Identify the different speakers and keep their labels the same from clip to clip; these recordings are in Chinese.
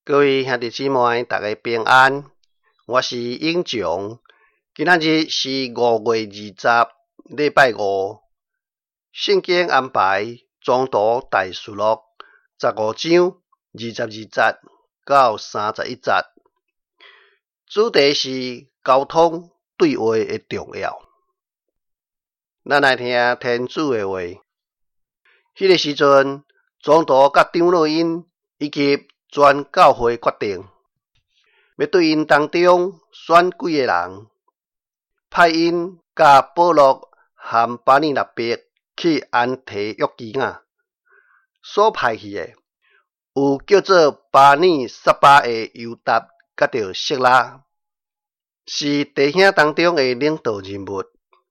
Speaker 1: 各位兄弟姊妹，大家平安。我是英强。今仔日是5月20，礼拜五。圣经安排宗徒大事录15章22节到31节，主题是交通对话的重要。咱来听天主的话。迄个时阵，宗徒甲长老因以及全教会决定，要对因当中选几个人，派因甲保罗和巴尼纳伯去安提约基亚。所派去的有叫做巴尼撒巴的犹达，甲着色拉，是弟兄当中的领导人物。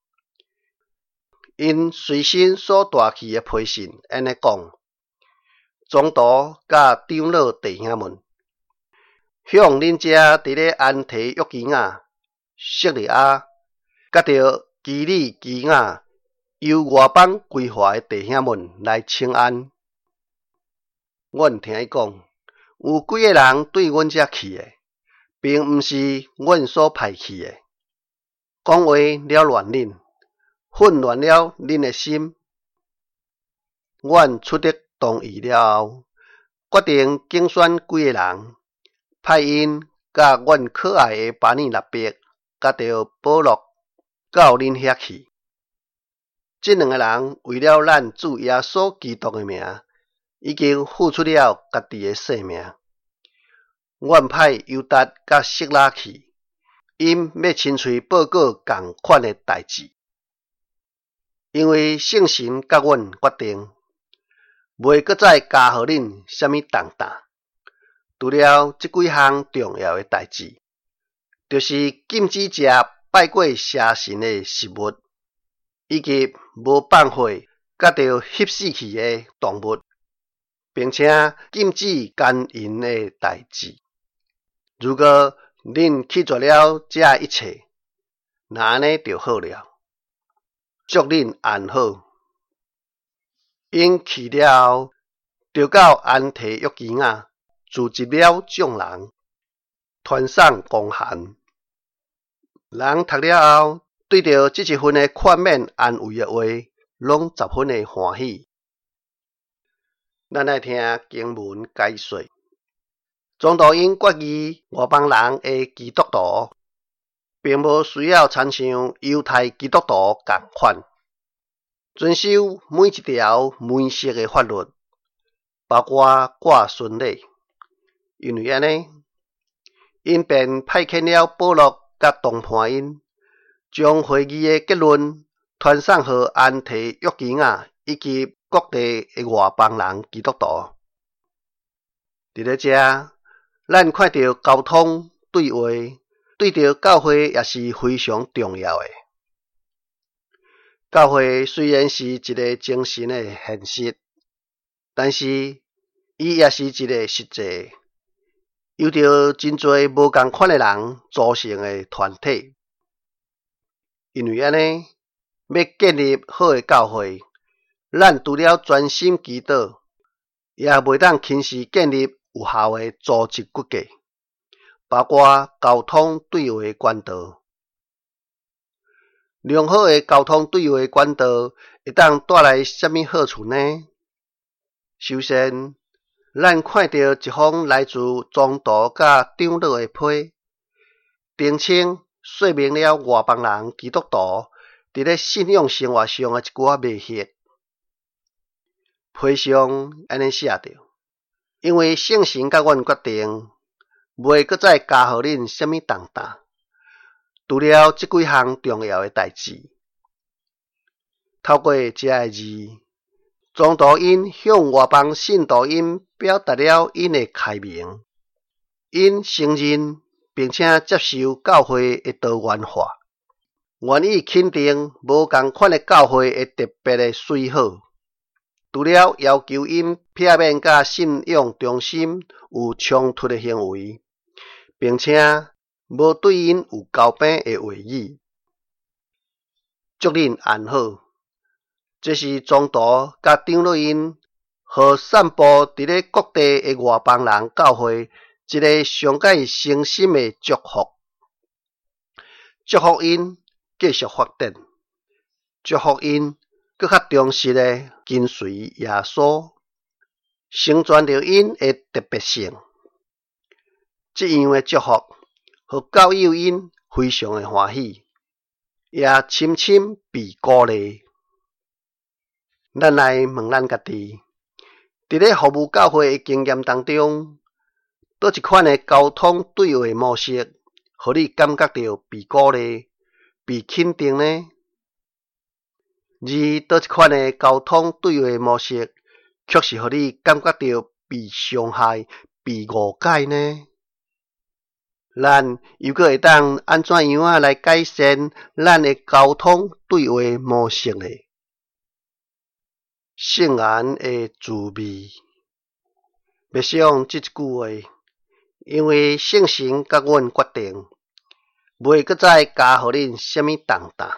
Speaker 1: 因随身所带去的批信安尼讲：宗徒甲长老弟兄们，向恁遮伫咧安提约基亚、色利亚，甲着基里基亚由外邦归化的弟兄们来请安。阮听伊讲，有几个人对阮遮去的，并毋是阮所派去的，讲话了乱恁，混乱了恁的心。阮出得同意了后，决定竞选几个人，派因甲阮可爱的巴尼纳伯，甲着保罗到恁遐去。这两个人为了咱主耶稣基督的名，已经付出了家己的性命。阮派犹达甲色拉去，因要亲嘴报告同款的代志。因为圣神甲阮决定，袂搁再加互恁啥物重担，除了这几项重要的代志，就是禁止食拜过邪神的食物，以及无放血甲着翕死去的动物，并且禁止奸淫的代志。如果恁去做了这一切，那安尼就好了。祝恁安好。因去了后，就到安提约基亚，聚集了众人，传送公函。人读了后，对着这一份的劝勉安慰的话，拢十分的欢喜。咱来听经文解说。宗徒因决议外邦人的基督徒，并无需要参像犹太基督徒同款，遵守每一条门式的法律，包括挂顺礼。因为安尼，因便派遣了保罗甲同伴因，将会议的结论传送予安提约基亚以及各地的外邦人基督徒。伫咧遮，咱看到交通对话，对着教会也是非常重要的。教会虽然是一个精神的现实，但是伊也是一个实际，由着真侪无同款的人组成的团体。因为安尼，要建立好的教会，咱除了专心祈祷，也袂当轻视建立有效的组织骨架，包括交通对话的管道。良好的交通对话管道会当带来什么好处呢？首先，咱看到一封来自宗徒甲长老的批，澄清说明了外邦人基督徒伫咧信仰生活上的一寡迷惑。批上安尼写着：因为圣神甲阮决定，袂搁再加互恁什么重担，除了这几项重要的代志。透过这个字，宗徒因向外邦信徒因表达了因的开明，因承认并且接受教会的多元化，愿意肯定无同款的教会的特别的水好，除了要求因避免甲信仰中心有冲突的行为，并且无对因有交变的话语。祝恁安好。这是宗徒甲长老因和散布伫咧各地的外邦人教会一个上界诚心的祝福，祝福因继续发展，祝福因更较忠实的跟随耶稣，成全着因的特别性。这样的祝福，互教友因非常的欢喜，也深深被鼓励。咱来问咱家己，伫咧服务教会的经验当中，倒一款的交通对话模式，互你感觉到被鼓励、被肯定呢？而倒一款的交通对话模式，却是互你感觉到被伤害、被误解呢？咱又阁会当安怎样来改善咱的交通对话模式呢？圣言的滋味，要想这一句话，因为圣神甲阮决定，袂阁再加互恁什么重担。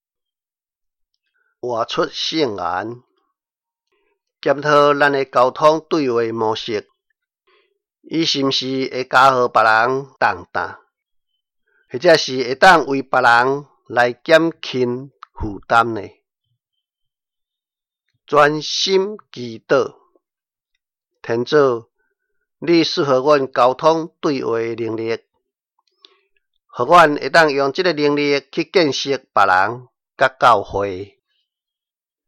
Speaker 1: 活出圣言，检讨咱的交通对话模式，伊是毋是会加互别人重担，或者是会当为别人来减轻负担呢？专心祈祷，天主，你赐予阮交通对话的能力，互阮会当用这个能力去建设别人甲教会。